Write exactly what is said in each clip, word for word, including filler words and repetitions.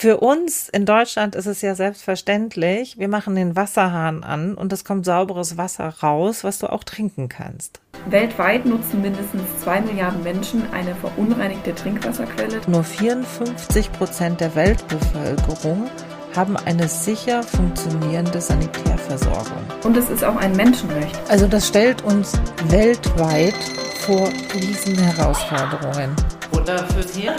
Für uns in Deutschland ist es ja selbstverständlich, wir machen den Wasserhahn an und es kommt sauberes Wasser raus, was du auch trinken kannst. Weltweit nutzen mindestens zwei Milliarden Menschen eine verunreinigte Trinkwasserquelle. Nur vierundfünfzig Prozent der Weltbevölkerung haben eine sicher funktionierende Sanitärversorgung. Und es ist auch ein Menschenrecht. Also das stellt uns weltweit vor riesen Herausforderungen. Butter fürs Hirn.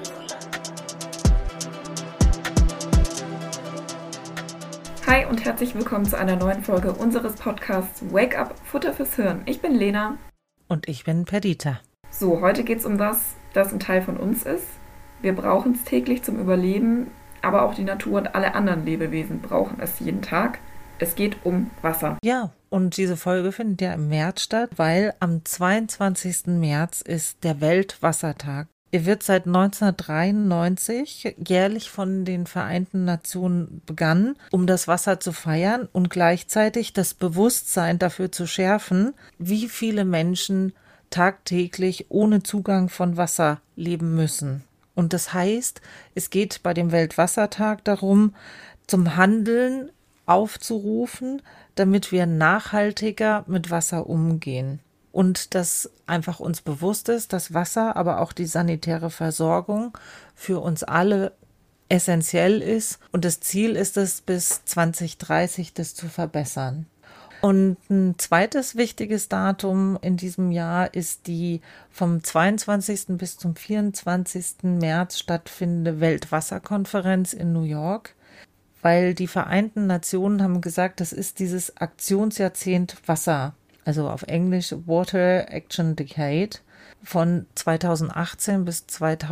Hi und herzlich willkommen zu einer neuen Folge unseres Podcasts Wake Up, Futter fürs Hirn. Ich bin Lena. Und ich bin Perdita. So, heute geht es um was, das ein Teil von uns ist. Wir brauchen es täglich zum Überleben, aber auch die Natur und alle anderen Lebewesen brauchen es jeden Tag. Es geht um Wasser. Ja, und diese Folge findet ja im März statt, weil am zweiundzwanzigsten März ist der Weltwassertag. Er wird seit neunzehnhundertdreiundneunzig jährlich von den Vereinten Nationen begangen, um das Wasser zu feiern und gleichzeitig das Bewusstsein dafür zu schärfen, wie viele Menschen tagtäglich ohne Zugang von Wasser leben müssen. Und das heißt, es geht bei dem Weltwassertag darum, zum Handeln aufzurufen, damit wir nachhaltiger mit Wasser umgehen. Und dass einfach uns bewusst ist, dass Wasser, aber auch die sanitäre Versorgung für uns alle essentiell ist. Und das Ziel ist es, bis zwanzig dreißig das zu verbessern. Und ein zweites wichtiges Datum in diesem Jahr ist die vom zweiundzwanzigsten bis zum vierundzwanzigsten März stattfindende Weltwasserkonferenz in New York, weil die Vereinten Nationen haben gesagt, das ist dieses Aktionsjahrzehnt Wasser. Also auf Englisch Water Action Decade von zweitausendachtzehn bis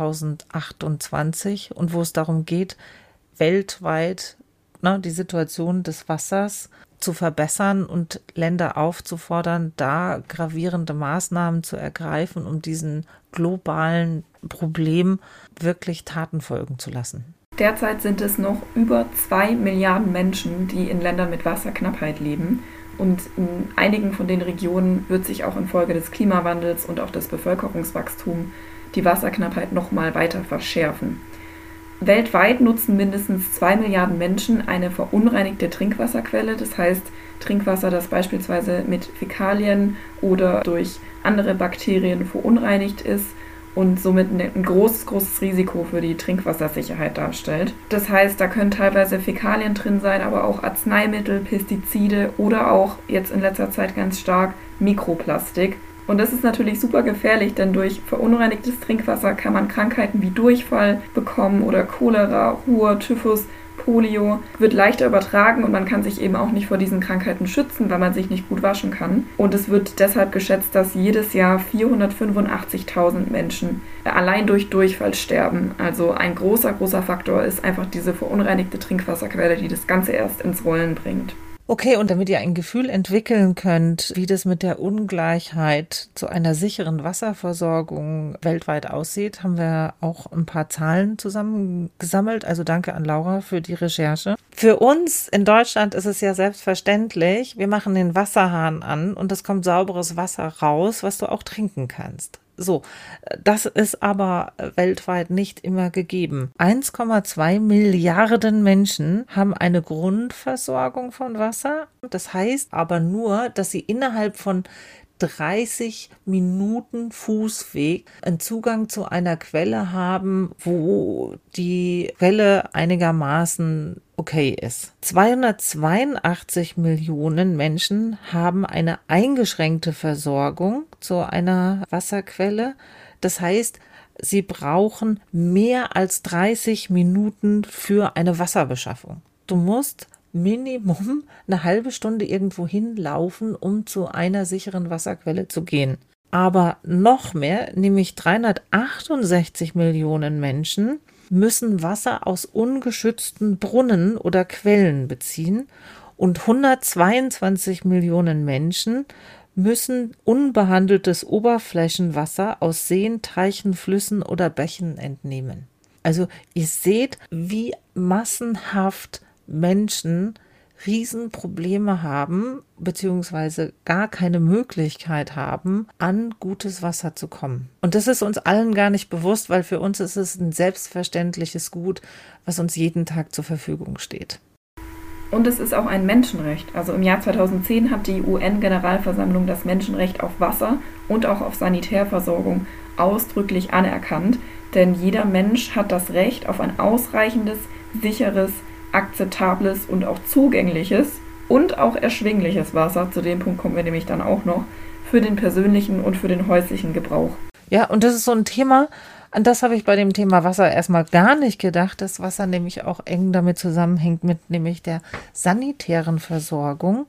zweitausendachtundzwanzig und wo es darum geht, weltweit ne, die Situation des Wassers zu verbessern und Länder aufzufordern, da gravierende Maßnahmen zu ergreifen, um diesen globalen Problem wirklich Taten folgen zu lassen. Derzeit sind es noch über zwei Milliarden Menschen, die in Ländern mit Wasserknappheit leben. Und in einigen von den Regionen wird sich auch infolge des Klimawandels und auch des Bevölkerungswachstums die Wasserknappheit nochmal weiter verschärfen. Weltweit nutzen mindestens zwei Milliarden Menschen eine verunreinigte Trinkwasserquelle, das heißt Trinkwasser, das beispielsweise mit Fäkalien oder durch andere Bakterien verunreinigt ist und somit ein großes, großes Risiko für die Trinkwassersicherheit darstellt. Das heißt, da können teilweise Fäkalien drin sein, aber auch Arzneimittel, Pestizide oder auch jetzt in letzter Zeit ganz stark Mikroplastik. Und das ist natürlich super gefährlich, denn durch verunreinigtes Trinkwasser kann man Krankheiten wie Durchfall bekommen oder Cholera, Ruhr, Typhus, Polio, wird leichter übertragen und man kann sich eben auch nicht vor diesen Krankheiten schützen, weil man sich nicht gut waschen kann. Und es wird deshalb geschätzt, dass jedes Jahr vierhundertfünfundachtzigtausend Menschen allein durch Durchfall sterben. Also ein großer, großer Faktor ist einfach diese verunreinigte Trinkwasserquelle, die das Ganze erst ins Rollen bringt. Okay, und damit ihr ein Gefühl entwickeln könnt, wie das mit der Ungleichheit zu einer sicheren Wasserversorgung weltweit aussieht, haben wir auch ein paar Zahlen zusammengesammelt. Also danke an Laura für die Recherche. Für uns in Deutschland ist es ja selbstverständlich, wir machen den Wasserhahn an und es kommt sauberes Wasser raus, was du auch trinken kannst. So, das ist aber weltweit nicht immer gegeben. eins Komma zwei Milliarden Menschen haben eine Grundversorgung von Wasser. Das heißt aber nur, dass sie innerhalb von dreißig Minuten Fußweg einen Zugang zu einer Quelle haben, wo die Quelle einigermaßen okay ist. zweihundertzweiundachtzig Millionen Menschen haben eine eingeschränkte Versorgung zu einer Wasserquelle. Das heißt, sie brauchen mehr als dreißig Minuten für eine Wasserbeschaffung. Du musst Minimum eine halbe Stunde irgendwo hinlaufen, um zu einer sicheren Wasserquelle zu gehen. Aber noch mehr, nämlich dreihundertachtundsechzig Millionen Menschen müssen Wasser aus ungeschützten Brunnen oder Quellen beziehen und hundertzweiundzwanzig Millionen Menschen müssen unbehandeltes Oberflächenwasser aus Seen, Teichen, Flüssen oder Bächen entnehmen. Also ihr seht, wie massenhaft Menschen Riesenprobleme haben, beziehungsweise gar keine Möglichkeit haben, an gutes Wasser zu kommen. Und das ist uns allen gar nicht bewusst, weil für uns ist es ein selbstverständliches Gut, was uns jeden Tag zur Verfügung steht. Und es ist auch ein Menschenrecht. Also im Jahr zweitausendzehn hat die U N-Generalversammlung das Menschenrecht auf Wasser und auch auf Sanitärversorgung ausdrücklich anerkannt. Denn jeder Mensch hat das Recht auf ein ausreichendes, sicheres, akzeptables und auch zugängliches und auch erschwingliches Wasser, zu dem Punkt kommen wir nämlich dann auch noch, für den persönlichen und für den häuslichen Gebrauch. Ja, und das ist so ein Thema, an das habe ich bei dem Thema Wasser erstmal gar nicht gedacht, dass Wasser nämlich auch eng damit zusammenhängt mit nämlich der sanitären Versorgung.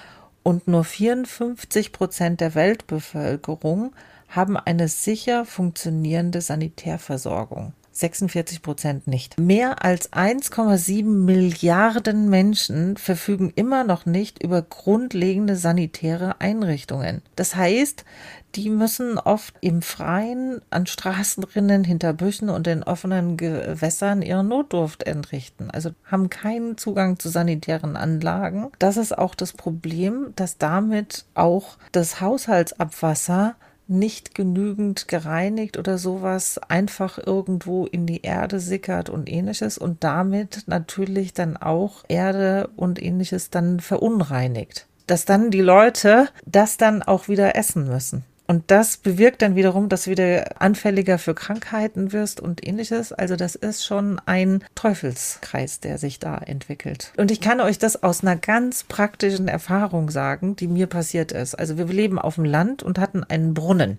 Und nur vierundfünfzig Prozent der Weltbevölkerung haben eine sicher funktionierende Sanitärversorgung. sechsundvierzig Prozent nicht. Mehr als eins Komma sieben Milliarden Menschen verfügen immer noch nicht über grundlegende sanitäre Einrichtungen. Das heißt, die müssen oft im Freien, an Straßenrinnen, hinter Büschen und in offenen Gewässern ihren Notdurft entrichten. Also haben keinen Zugang zu sanitären Anlagen. Das ist auch das Problem, dass damit auch das Haushaltsabwasser nicht genügend gereinigt oder sowas einfach irgendwo in die Erde sickert und ähnliches und damit natürlich dann auch Erde und ähnliches dann verunreinigt. Dass dann die Leute das dann auch wieder essen müssen. Und das bewirkt dann wiederum, dass du wieder anfälliger für Krankheiten wirst und ähnliches. Also das ist schon ein Teufelskreis, der sich da entwickelt. Und ich kann euch das aus einer ganz praktischen Erfahrung sagen, die mir passiert ist. Also wir leben auf dem Land und hatten einen Brunnen.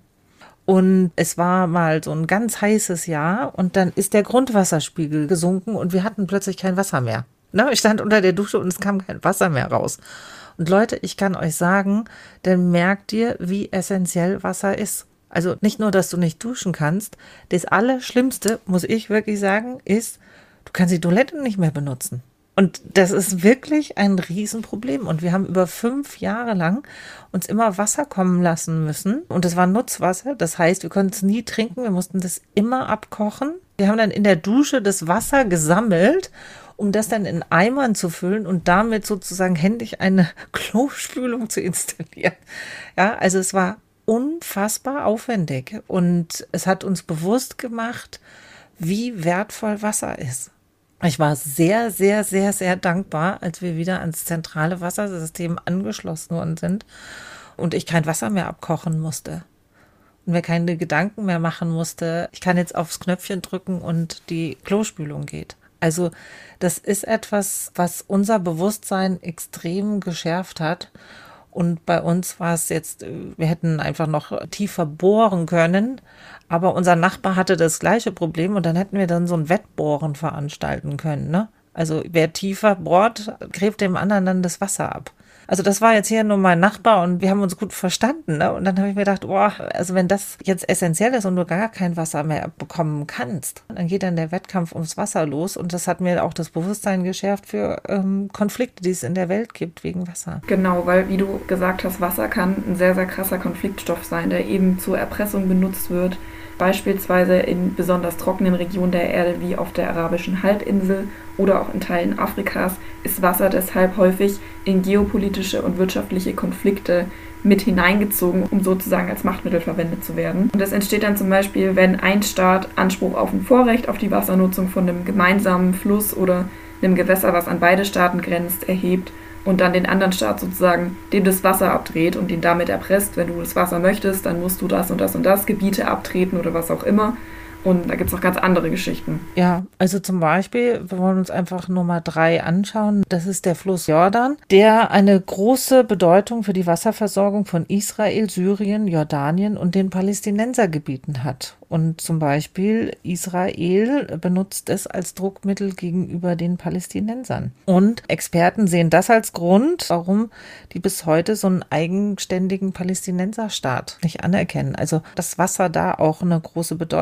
Und es war mal so ein ganz heißes Jahr und dann ist der Grundwasserspiegel gesunken und wir hatten plötzlich kein Wasser mehr. Ne? Ich stand unter der Dusche und es kam kein Wasser mehr raus. Und Leute, ich kann euch sagen, dann merkt ihr, wie essentiell Wasser ist. Also nicht nur, dass du nicht duschen kannst, das Allerschlimmste, muss ich wirklich sagen, ist, du kannst die Toilette nicht mehr benutzen. Und das ist wirklich ein Riesenproblem. Und wir haben über fünf Jahre lang uns immer Wasser kommen lassen müssen. Und das war Nutzwasser. Das heißt, wir konnten es nie trinken. Wir mussten das immer abkochen. Wir haben dann in der Dusche das Wasser gesammelt, um das dann in Eimern zu füllen und damit sozusagen händisch eine Klospülung zu installieren. Ja, also es war unfassbar aufwendig. Und es hat uns bewusst gemacht, wie wertvoll Wasser ist. Ich war sehr, sehr, sehr, sehr dankbar, als wir wieder ans zentrale Wassersystem angeschlossen worden sind und ich kein Wasser mehr abkochen musste und mir keine Gedanken mehr machen musste. Ich kann jetzt aufs Knöpfchen drücken und die Klospülung geht. Also das ist etwas, was unser Bewusstsein extrem geschärft hat. Und bei uns war es jetzt, wir hätten einfach noch tiefer bohren können, aber unser Nachbar hatte das gleiche Problem und dann hätten wir dann so ein Wettbohren veranstalten können, ne? Also wer tiefer bohrt, gräbt dem anderen dann das Wasser ab. Also das war jetzt hier nur mein Nachbar und wir haben uns gut verstanden, ne? Und dann habe ich mir gedacht, boah, also wenn das jetzt essentiell ist und du gar kein Wasser mehr bekommen kannst, dann geht dann der Wettkampf ums Wasser los und das hat mir auch das Bewusstsein geschärft für ähm, Konflikte, die es in der Welt gibt wegen Wasser. Genau, weil wie du gesagt hast, Wasser kann ein sehr, sehr krasser Konfliktstoff sein, der eben zur Erpressung benutzt wird. Beispielsweise in besonders trockenen Regionen der Erde wie auf der arabischen Halbinsel oder auch in Teilen Afrikas ist Wasser deshalb häufig in geopolitische und wirtschaftliche Konflikte mit hineingezogen, um sozusagen als Machtmittel verwendet zu werden. Und das entsteht dann zum Beispiel, wenn ein Staat Anspruch auf ein Vorrecht auf die Wassernutzung von einem gemeinsamen Fluss oder einem Gewässer, was an beide Staaten grenzt, erhebt und dann den anderen Staat sozusagen dem das Wasser abdreht und ihn damit erpresst, wenn du das Wasser möchtest, dann musst du das und das und das Gebiete abtreten oder was auch immer. Und da gibt es noch ganz andere Geschichten. Ja, also zum Beispiel, wir wollen uns einfach Nummer drei anschauen. Das ist der Fluss Jordan, der eine große Bedeutung für die Wasserversorgung von Israel, Syrien, Jordanien und den Palästinensergebieten hat. Und zum Beispiel Israel benutzt es als Druckmittel gegenüber den Palästinensern. Und Experten sehen das als Grund, warum die bis heute so einen eigenständigen Palästinenserstaat nicht anerkennen. Also dass Wasser da auch eine große Bedeutung hat.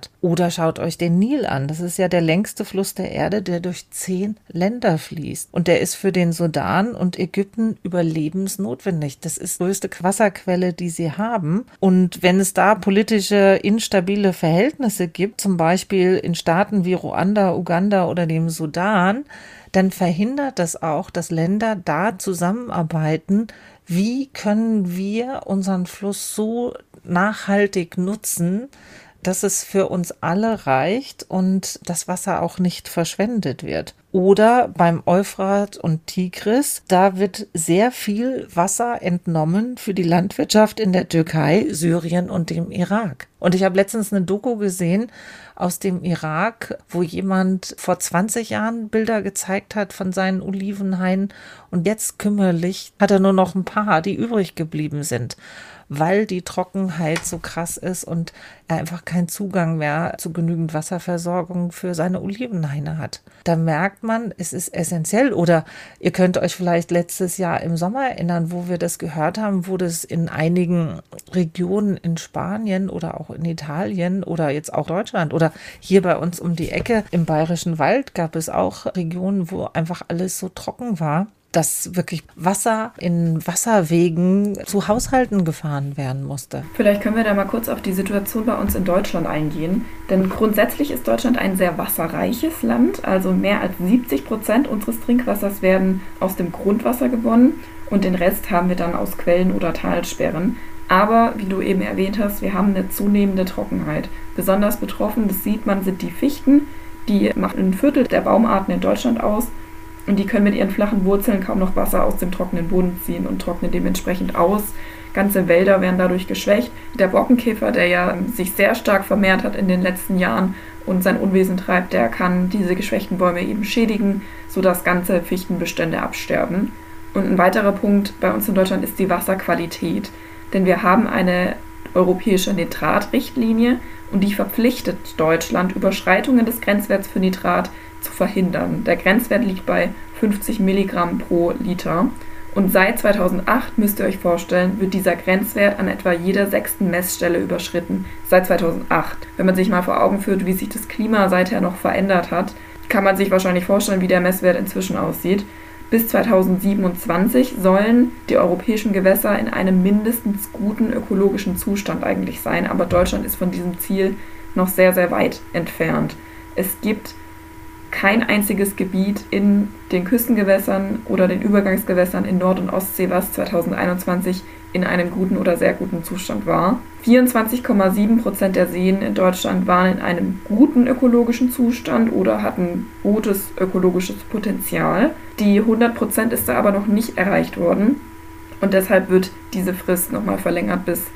hat. Oder schaut euch den Nil an. Das ist ja der längste Fluss der Erde, der durch zehn Länder fließt. Und der ist für den Sudan und Ägypten überlebensnotwendig. Das ist die größte Wasserquelle, die sie haben. Und wenn es da politische, instabile Verhältnisse gibt, zum Beispiel in Staaten wie Ruanda, Uganda oder dem Sudan, dann verhindert das auch, dass Länder da zusammenarbeiten. Wie können wir unseren Fluss so nachhaltig nutzen, dass es für uns alle reicht und das Wasser auch nicht verschwendet wird? Oder beim Euphrat und Tigris, da wird sehr viel Wasser entnommen für die Landwirtschaft in der Türkei, Syrien und dem Irak. Und ich habe letztens eine Doku gesehen aus dem Irak, wo jemand vor zwanzig Jahren Bilder gezeigt hat von seinen Olivenhainen und jetzt kümmerlich hat er nur noch ein paar, die übrig geblieben sind, weil die Trockenheit so krass ist und er einfach keinen Zugang mehr zu genügend Wasserversorgung für seine Olivenhaine hat. Da merkt man, es ist essentiell. Oder ihr könnt euch vielleicht letztes Jahr im Sommer erinnern, wo wir das gehört haben, wo das in einigen Regionen in Spanien oder auch in Italien oder jetzt auch Deutschland oder hier bei uns um die Ecke im Bayerischen Wald gab es auch Regionen, wo einfach alles so trocken war, dass wirklich Wasser in Wasserwegen zu Haushalten gefahren werden musste. Vielleicht können wir da mal kurz auf die Situation bei uns in Deutschland eingehen. Denn grundsätzlich ist Deutschland ein sehr wasserreiches Land. Also mehr als siebzig Prozent unseres Trinkwassers werden aus dem Grundwasser gewonnen und den Rest haben wir dann aus Quellen oder Talsperren. Aber, wie du eben erwähnt hast, wir haben eine zunehmende Trockenheit. Besonders betroffen, das sieht man, sind die Fichten. Die machen ein Viertel der Baumarten in Deutschland aus. Und die können mit ihren flachen Wurzeln kaum noch Wasser aus dem trockenen Boden ziehen und trocknen dementsprechend aus. Ganze Wälder werden dadurch geschwächt. Der Borkenkäfer, der ja sich sehr stark vermehrt hat in den letzten Jahren und sein Unwesen treibt, der kann diese geschwächten Bäume eben schädigen, sodass ganze Fichtenbestände absterben. Und ein weiterer Punkt bei uns in Deutschland ist die Wasserqualität. Denn wir haben eine europäische Nitratrichtlinie und die verpflichtet Deutschland, Überschreitungen des Grenzwerts für Nitrat zu verhindern. Der Grenzwert liegt bei fünfzig Milligramm pro Liter. Und seit zweitausendacht, müsst ihr euch vorstellen, wird dieser Grenzwert an etwa jeder sechsten Messstelle überschritten. Seit zweitausendacht. Wenn man sich mal vor Augen führt, wie sich das Klima seither noch verändert hat, kann man sich wahrscheinlich vorstellen, wie der Messwert inzwischen aussieht. Bis zweitausendsiebenundzwanzig sollen die europäischen Gewässer in einem mindestens guten ökologischen Zustand eigentlich sein. Aber Deutschland ist von diesem Ziel noch sehr, sehr weit entfernt. Es gibt kein einziges Gebiet in den Küstengewässern oder den Übergangsgewässern in Nord- und Ostsee, was zweitausendeinundzwanzig in einem guten oder sehr guten Zustand war. vierundzwanzig Komma sieben Prozent der Seen in Deutschland waren in einem guten ökologischen Zustand oder hatten gutes ökologisches Potenzial. Die hundert Prozent ist da aber noch nicht erreicht worden und deshalb wird diese Frist nochmal verlängert bis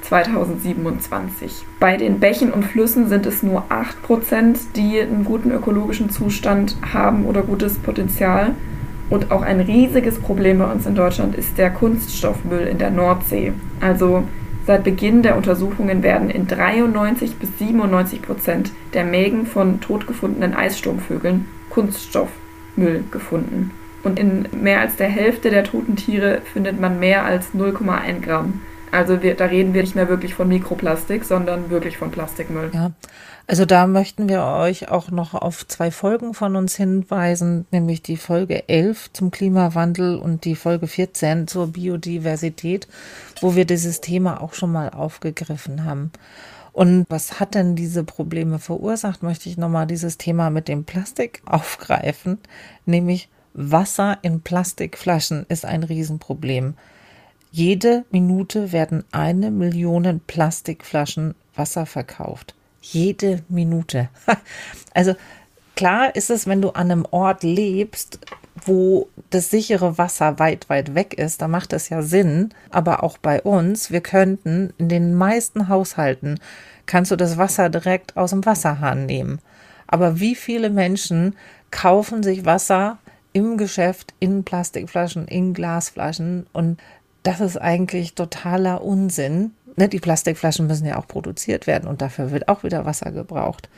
zweitausendsiebenundzwanzig. Bei den Bächen und Flüssen sind es nur acht Prozent, die einen guten ökologischen Zustand haben oder gutes Potenzial. Und auch ein riesiges Problem bei uns in Deutschland ist der Kunststoffmüll in der Nordsee. Also seit Beginn der Untersuchungen werden in dreiundneunzig bis siebenundneunzig Prozent der Mägen von tot gefundenen Eissturmvögeln Kunststoffmüll gefunden. Und in mehr als der Hälfte der toten Tiere findet man mehr als null Komma eins Gramm. Also wir, da reden wir nicht mehr wirklich von Mikroplastik, sondern wirklich von Plastikmüll. Ja, also da möchten wir euch auch noch auf zwei Folgen von uns hinweisen, nämlich die Folge elf zum Klimawandel und die Folge vierzehn zur Biodiversität, wo wir dieses Thema auch schon mal aufgegriffen haben. Und was hat denn diese Probleme verursacht, möchte ich nochmal dieses Thema mit dem Plastik aufgreifen, nämlich Wasser in Plastikflaschen ist ein Riesenproblem. Jede Minute werden eine Million Plastikflaschen Wasser verkauft. Jede Minute. Also klar ist es, wenn du an einem Ort lebst, wo das sichere Wasser weit, weit weg ist, da macht das ja Sinn. Aber auch bei uns, wir könnten in den meisten Haushalten, kannst du das Wasser direkt aus dem Wasserhahn nehmen. Aber wie viele Menschen kaufen sich Wasser im Geschäft in Plastikflaschen, in Glasflaschen und das ist eigentlich totaler Unsinn, ne, die Plastikflaschen müssen ja auch produziert werden und dafür wird auch wieder Wasser gebraucht.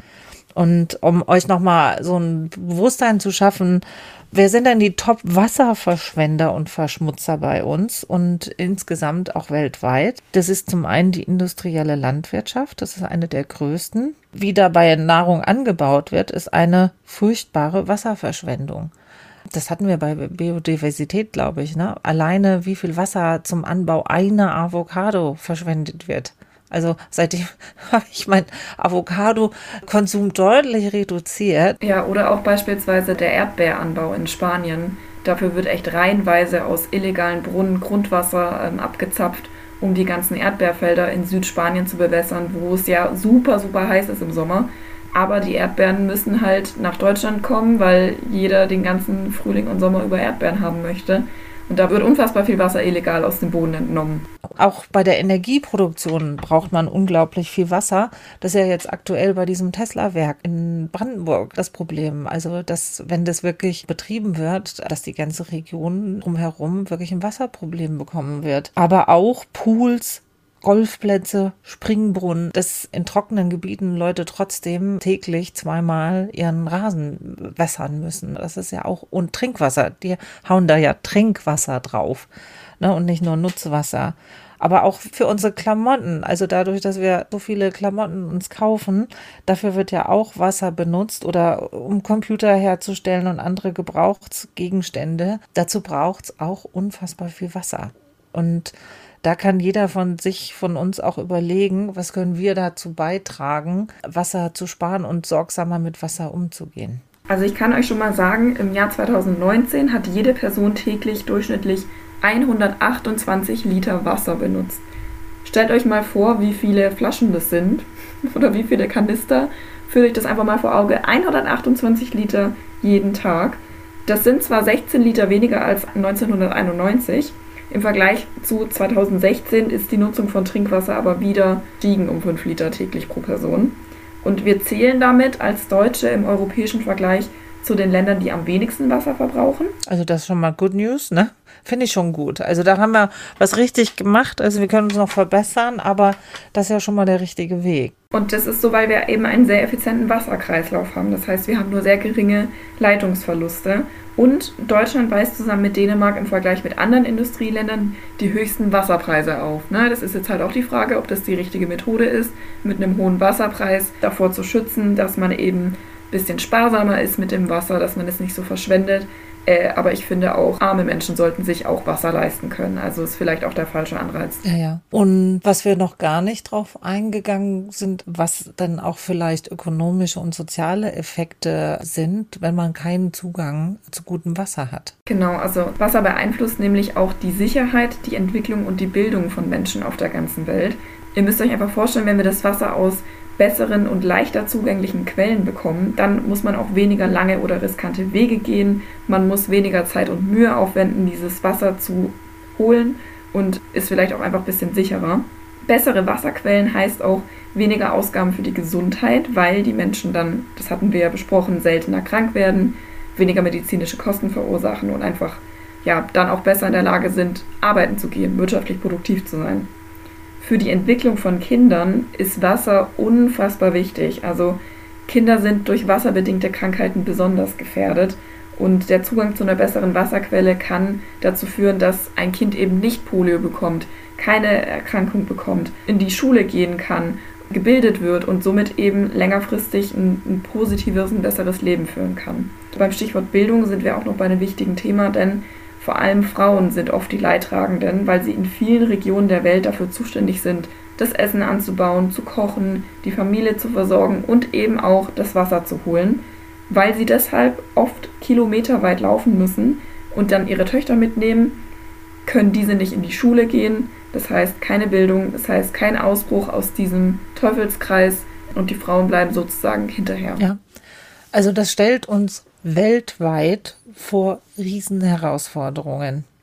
Und um euch nochmal so ein Bewusstsein zu schaffen, wer sind denn die Top-Wasserverschwender und Verschmutzer bei uns und insgesamt auch weltweit? Das ist zum einen die industrielle Landwirtschaft, das ist eine der größten. Wie dabei Nahrung angebaut wird, ist eine furchtbare Wasserverschwendung. Das hatten wir bei Biodiversität, glaube ich, ne? Alleine wie viel Wasser zum Anbau einer Avocado verschwendet wird. Also seitdem habe ich meinen Avocado-Konsum deutlich reduziert. Ja, oder auch beispielsweise der Erdbeeranbau in Spanien. Dafür wird echt reihenweise aus illegalen Brunnen Grundwasser ähm, abgezapft, um die ganzen Erdbeerfelder in Südspanien zu bewässern, wo es ja super, super heiß ist im Sommer. Aber die Erdbeeren müssen halt nach Deutschland kommen, weil jeder den ganzen Frühling und Sommer über Erdbeeren haben möchte. Und da wird unfassbar viel Wasser illegal aus dem Boden entnommen. Auch bei der Energieproduktion braucht man unglaublich viel Wasser. Das ist ja jetzt aktuell bei diesem Tesla-Werk in Brandenburg das Problem. Also, dass, wenn das wirklich betrieben wird, dass die ganze Region drumherum wirklich ein Wasserproblem bekommen wird. Aber auch Pools, Golfplätze, Springbrunnen, dass in trockenen Gebieten Leute trotzdem täglich zweimal ihren Rasen wässern müssen. Das ist ja auch, und Trinkwasser, die hauen da ja Trinkwasser drauf, ne, und nicht nur Nutzwasser. Aber auch für unsere Klamotten, also dadurch, dass wir so viele Klamotten uns kaufen, dafür wird ja auch Wasser benutzt oder um Computer herzustellen und andere Gebrauchsgegenstände. Dazu braucht es auch unfassbar viel Wasser. Und da kann jeder von sich, von uns auch überlegen, was können wir dazu beitragen, Wasser zu sparen und sorgsamer mit Wasser umzugehen. Also ich kann euch schon mal sagen, im Jahr zweitausendneunzehn hat jede Person täglich durchschnittlich hundertachtundzwanzig Liter Wasser benutzt. Stellt euch mal vor, wie viele Flaschen das sind oder wie viele Kanister. Führt euch das einfach mal vor Auge. hundertachtundzwanzig Liter jeden Tag. Das sind zwar sechzehn Liter weniger als neunzehnhunderteinundneunzig. Im Vergleich zu zweitausendsechzehn ist die Nutzung von Trinkwasser aber wieder gestiegen um fünf Liter täglich pro Person. Und wir zählen damit als Deutsche im europäischen Vergleich zu den Ländern, die am wenigsten Wasser verbrauchen. Also das ist schon mal Good News, ne? Finde ich schon gut. Also da haben wir was richtig gemacht. Also wir können uns noch verbessern, aber das ist ja schon mal der richtige Weg. Und das ist so, weil wir eben einen sehr effizienten Wasserkreislauf haben. Das heißt, wir haben nur sehr geringe Leitungsverluste. Und Deutschland weist zusammen mit Dänemark im Vergleich mit anderen Industrieländern die höchsten Wasserpreise auf. Ne? Das ist jetzt halt auch die Frage, ob das die richtige Methode ist, mit einem hohen Wasserpreis davor zu schützen, dass man eben ein bisschen sparsamer ist mit dem Wasser, dass man es nicht so verschwendet. Äh, aber ich finde auch, arme Menschen sollten sich auch Wasser leisten können. Also ist vielleicht auch der falsche Anreiz. Ja, ja. Und was wir noch gar nicht drauf eingegangen sind, was dann auch vielleicht ökonomische und soziale Effekte sind, wenn man keinen Zugang zu gutem Wasser hat. Genau, also Wasser beeinflusst nämlich auch die Sicherheit, die Entwicklung und die Bildung von Menschen auf der ganzen Welt. Ihr müsst euch einfach vorstellen, wenn wir das Wasser aus besseren und leichter zugänglichen Quellen bekommen, dann muss man auch weniger lange oder riskante Wege gehen. Man muss weniger Zeit und Mühe aufwenden, dieses Wasser zu holen und ist vielleicht auch einfach ein bisschen sicherer. Bessere Wasserquellen heißt auch weniger Ausgaben für die Gesundheit, weil die Menschen dann, das hatten wir ja besprochen, seltener krank werden, weniger medizinische Kosten verursachen und einfach ja, dann auch besser in der Lage sind, arbeiten zu gehen, wirtschaftlich produktiv zu sein. Für die Entwicklung von Kindern ist Wasser unfassbar wichtig. Also Kinder sind durch wasserbedingte Krankheiten besonders gefährdet und der Zugang zu einer besseren Wasserquelle kann dazu führen, dass ein Kind eben nicht Polio bekommt, keine Erkrankung bekommt, in die Schule gehen kann, gebildet wird und somit eben längerfristig ein, ein positives, ein besseres Leben führen kann. Beim Stichwort Bildung sind wir auch noch bei einem wichtigen Thema, denn vor allem Frauen sind oft die Leidtragenden, weil sie in vielen Regionen der Welt dafür zuständig sind, das Essen anzubauen, zu kochen, die Familie zu versorgen und eben auch das Wasser zu holen, weil sie deshalb oft kilometerweit laufen müssen und dann ihre Töchter mitnehmen, können diese nicht in die Schule gehen, das heißt keine Bildung, das heißt kein Ausbruch aus diesem Teufelskreis und die Frauen bleiben sozusagen hinterher. Ja, also das stellt uns weltweit vor Riesenherausforderungen.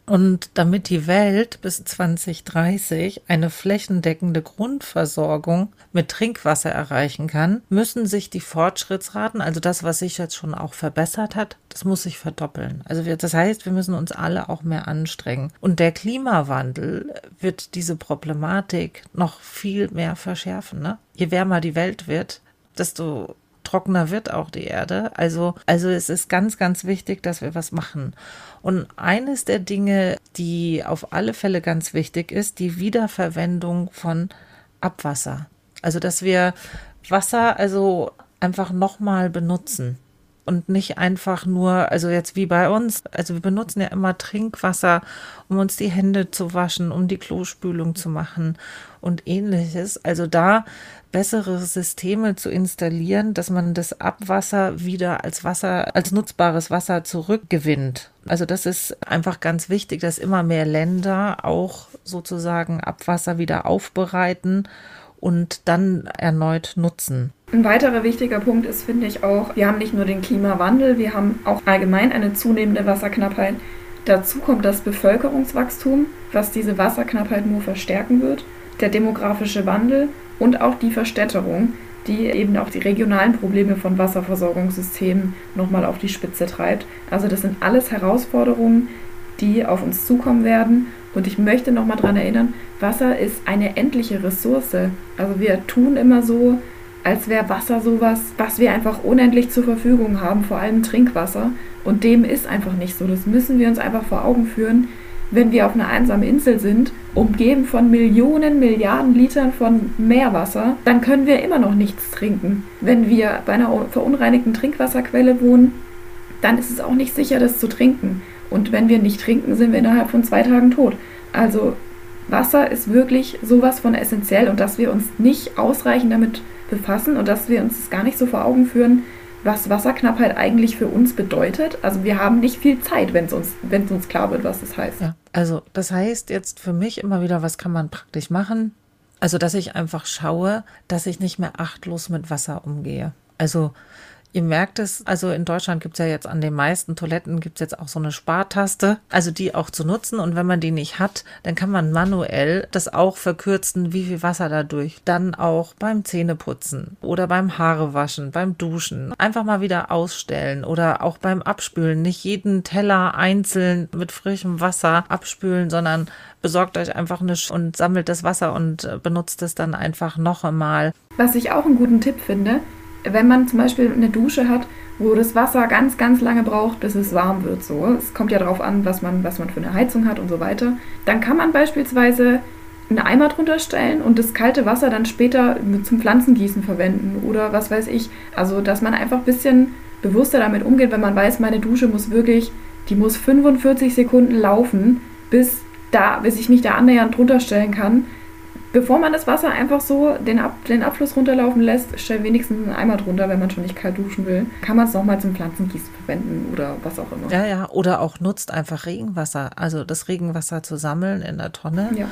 Und damit die Welt bis zwanzig dreißig eine flächendeckende Grundversorgung mit Trinkwasser erreichen kann, müssen sich die Fortschrittsraten, also das, was sich jetzt schon auch verbessert hat, das muss sich verdoppeln. Also wir, das heißt, wir müssen uns alle auch mehr anstrengen. Und der Klimawandel wird diese Problematik noch viel mehr verschärfen, ne? Je wärmer die Welt wird, desto trockener wird auch die Erde. Also, also es ist ganz, ganz wichtig, dass wir was machen. Und eines der Dinge, die auf alle Fälle ganz wichtig ist, die Wiederverwendung von Abwasser. Also, dass wir Wasser also einfach nochmal benutzen. Und nicht einfach nur, also jetzt wie bei uns, also wir benutzen ja immer Trinkwasser, um uns die Hände zu waschen, um die Klospülung zu machen und ähnliches. Also da bessere Systeme zu installieren, dass man das Abwasser wieder als Wasser, als nutzbares Wasser zurückgewinnt. Also das ist einfach ganz wichtig, dass immer mehr Länder auch sozusagen Abwasser wieder aufbereiten und dann erneut nutzen. Ein weiterer wichtiger Punkt ist, finde ich auch, wir haben nicht nur den Klimawandel, wir haben auch allgemein eine zunehmende Wasserknappheit. Dazu kommt das Bevölkerungswachstum, was diese Wasserknappheit nur verstärken wird, der demografische Wandel und auch die Verstädterung, die eben auch die regionalen Probleme von Wasserversorgungssystemen nochmal auf die Spitze treibt. Also das sind alles Herausforderungen, die auf uns zukommen werden. Und ich möchte nochmal daran erinnern, Wasser ist eine endliche Ressource. Also wir tun immer so, als wäre Wasser sowas, was wir einfach unendlich zur Verfügung haben, vor allem Trinkwasser. Und dem ist einfach nicht so. Das müssen wir uns einfach vor Augen führen. Wenn wir auf einer einsamen Insel sind, umgeben von Millionen, Milliarden Litern von Meerwasser, dann können wir immer noch nichts trinken. Wenn wir bei einer verunreinigten Trinkwasserquelle wohnen, dann ist es auch nicht sicher, das zu trinken. Und wenn wir nicht trinken, sind wir innerhalb von zwei Tagen tot. Also Wasser ist wirklich sowas von essentiell und dass wir uns nicht ausreichend damit befassen und dass wir uns das gar nicht so vor Augen führen, was Wasserknappheit eigentlich für uns bedeutet. Also wir haben nicht viel Zeit, wenn es uns, wenn es uns klar wird, was das heißt. Ja, also das heißt jetzt für mich immer wieder, was kann man praktisch machen? Also dass ich einfach schaue, dass ich nicht mehr achtlos mit Wasser umgehe. Also ihr merkt es, also in Deutschland gibt es ja jetzt an den meisten Toiletten gibt es jetzt auch so eine Spartaste, also die auch zu nutzen. Und wenn man die nicht hat, dann kann man manuell das auch verkürzen, wie viel Wasser dadurch. Dann auch beim Zähneputzen oder beim Haarewaschen, beim Duschen. Einfach mal wieder ausstellen oder auch beim Abspülen. Nicht jeden Teller einzeln mit frischem Wasser abspülen, sondern besorgt euch einfach eine Sch- und sammelt das Wasser und benutzt es dann einfach noch einmal. Was ich auch einen guten Tipp finde, wenn man zum Beispiel eine Dusche hat, wo das Wasser ganz, ganz lange braucht, bis es warm wird, so, es kommt ja darauf an, was man, was man für eine Heizung hat und so weiter, dann kann man beispielsweise einen Eimer drunter stellen und das kalte Wasser dann später zum Pflanzengießen verwenden oder was weiß ich. Also, dass man einfach ein bisschen bewusster damit umgeht, wenn man weiß, meine Dusche muss wirklich, die muss fünfundvierzig Sekunden laufen, bis, da, bis ich mich da annähernd drunter stellen kann. Bevor man das Wasser einfach so den, Ab- den Abfluss runterlaufen lässt, stell wenigstens einen Eimer drunter, wenn man schon nicht kalt duschen will. Kann man es nochmal zum Pflanzengießen verwenden oder was auch immer. Ja, ja, oder auch nutzt einfach Regenwasser, also das Regenwasser zu sammeln in der Tonne. Ja.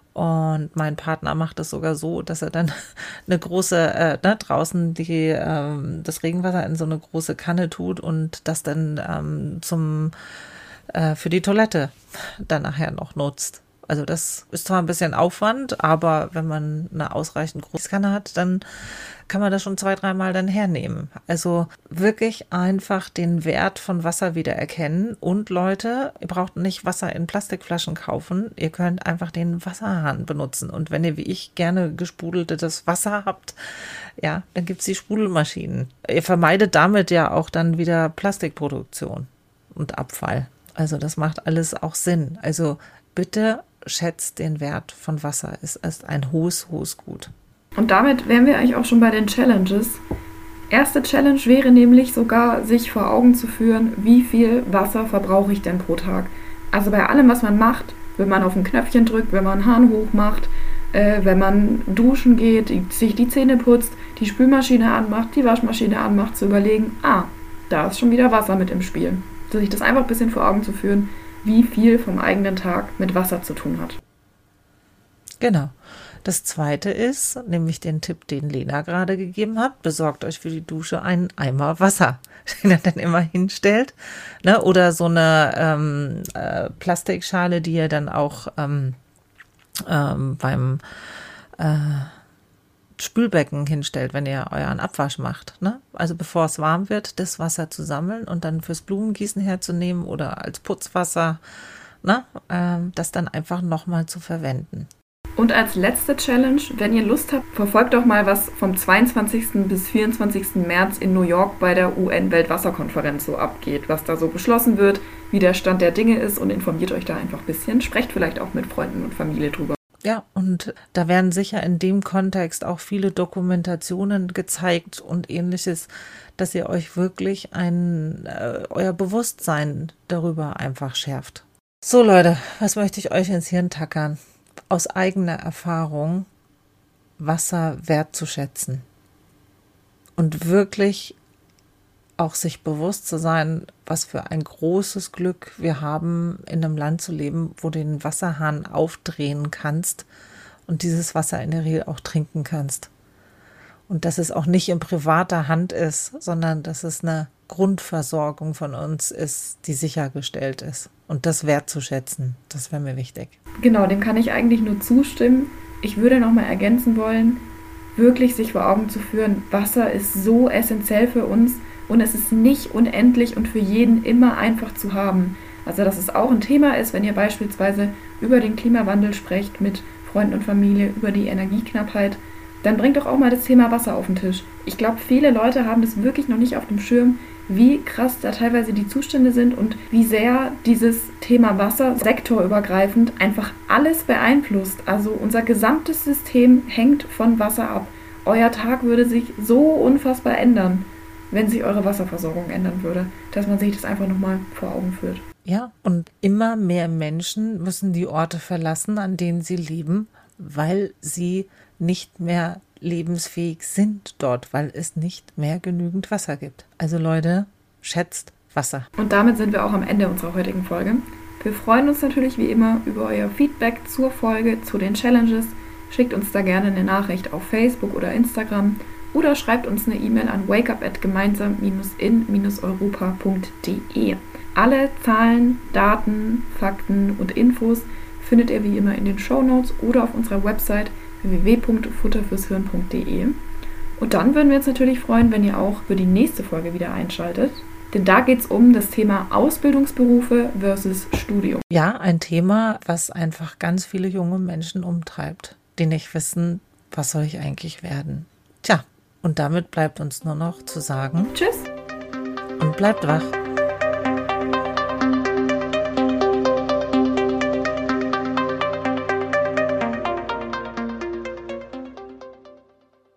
Und mein Partner macht es sogar so, dass er dann eine große, äh, ne, draußen die, ähm, das Regenwasser in so eine große Kanne tut und das dann ähm, zum, äh, für die Toilette dann nachher noch nutzt. Also das ist zwar ein bisschen Aufwand, aber wenn man eine ausreichend große Kanne hat, dann kann man das schon zwei, dreimal dann hernehmen. Also wirklich einfach den Wert von Wasser wieder erkennen. Und Leute, ihr braucht nicht Wasser in Plastikflaschen kaufen. Ihr könnt einfach den Wasserhahn benutzen. Und wenn ihr wie ich gerne gesprudeltes Wasser habt, ja, dann gibt's die Sprudelmaschinen. Ihr vermeidet damit ja auch dann wieder Plastikproduktion und Abfall. Also das macht alles auch Sinn. Also bitte schätzt den Wert von Wasser. Es ist ein hohes, hohes Gut. Und damit wären wir eigentlich auch schon bei den Challenges. Erste Challenge wäre nämlich sogar, sich vor Augen zu führen, wie viel Wasser verbrauche ich denn pro Tag. Also bei allem, was man macht, wenn man auf ein Knöpfchen drückt, wenn man einen Hahn hoch macht, äh, wenn man duschen geht, sich die Zähne putzt, die Spülmaschine anmacht, die Waschmaschine anmacht, zu überlegen, ah, da ist schon wieder Wasser mit im Spiel. Sich das einfach ein bisschen vor Augen zu führen, wie viel vom eigenen Tag mit Wasser zu tun hat. Genau. Das zweite ist, nämlich den Tipp, den Lena gerade gegeben hat, besorgt euch für die Dusche einen Eimer Wasser, den ihr dann immer hinstellt. Ne? Oder so eine ähm, äh, Plastikschale, die ihr dann auch ähm, ähm, beim äh, Spülbecken hinstellt, wenn ihr euren Abwasch macht. Ne? Also bevor es warm wird, das Wasser zu sammeln und dann fürs Blumengießen herzunehmen oder als Putzwasser, ne? ähm, das dann einfach nochmal zu verwenden. Und als letzte Challenge, wenn ihr Lust habt, verfolgt doch mal, was vom zweiundzwanzigsten bis vierundzwanzigsten März in New York bei der U N-Weltwasserkonferenz so abgeht, was da so beschlossen wird, wie der Stand der Dinge ist und informiert euch da einfach ein bisschen. Sprecht vielleicht auch mit Freunden und Familie drüber. Ja, und da werden sicher in dem Kontext auch viele Dokumentationen gezeigt und Ähnliches, dass ihr euch wirklich ein, äh, euer Bewusstsein darüber einfach schärft. So Leute, was möchte ich euch ins Hirn tackern? Aus eigener Erfahrung Wasser wertzuschätzen und wirklich auch sich bewusst zu sein, was für ein großes Glück wir haben, in einem Land zu leben, wo du den Wasserhahn aufdrehen kannst und dieses Wasser in der Regel auch trinken kannst. Und dass es auch nicht in privater Hand ist, sondern dass es eine Grundversorgung von uns ist, die sichergestellt ist. Und das wertzuschätzen, das wäre mir wichtig. Genau, dem kann ich eigentlich nur zustimmen. Ich würde noch mal ergänzen wollen, wirklich sich vor Augen zu führen, Wasser ist so essentiell für uns und es ist nicht unendlich und für jeden immer einfach zu haben. Also dass es auch ein Thema ist, wenn ihr beispielsweise über den Klimawandel sprecht mit Freunden und Familie, über die Energieknappheit, dann bringt doch auch mal das Thema Wasser auf den Tisch. Ich glaube, viele Leute haben das wirklich noch nicht auf dem Schirm, wie krass da teilweise die Zustände sind und wie sehr dieses Thema Wasser sektorübergreifend einfach alles beeinflusst. Also unser gesamtes System hängt von Wasser ab. Euer Tag würde sich so unfassbar ändern, wenn sich eure Wasserversorgung ändern würde, dass man sich das einfach nochmal vor Augen führt. Ja, und immer mehr Menschen müssen die Orte verlassen, an denen sie leben, weil sie nicht mehr lebensfähig sind dort, weil es nicht mehr genügend Wasser gibt. Also Leute, schätzt Wasser. Und damit sind wir auch am Ende unserer heutigen Folge. Wir freuen uns natürlich wie immer über euer Feedback zur Folge, zu den Challenges. Schickt uns da gerne eine Nachricht auf Facebook oder Instagram oder schreibt uns eine E-Mail an wakeup at gemeinsam in europa punkt de. Alle Zahlen, Daten, Fakten und Infos findet ihr wie immer in den Shownotes oder auf unserer Website w w w punkt futter fürs hirn punkt de. Und dann würden wir uns natürlich freuen, wenn ihr auch für die nächste Folge wieder einschaltet. Denn da geht es um das Thema Ausbildungsberufe versus Studium. Ja, ein Thema, was einfach ganz viele junge Menschen umtreibt, die nicht wissen, was soll ich eigentlich werden. Tja, und damit bleibt uns nur noch zu sagen: Tschüss und bleibt wach.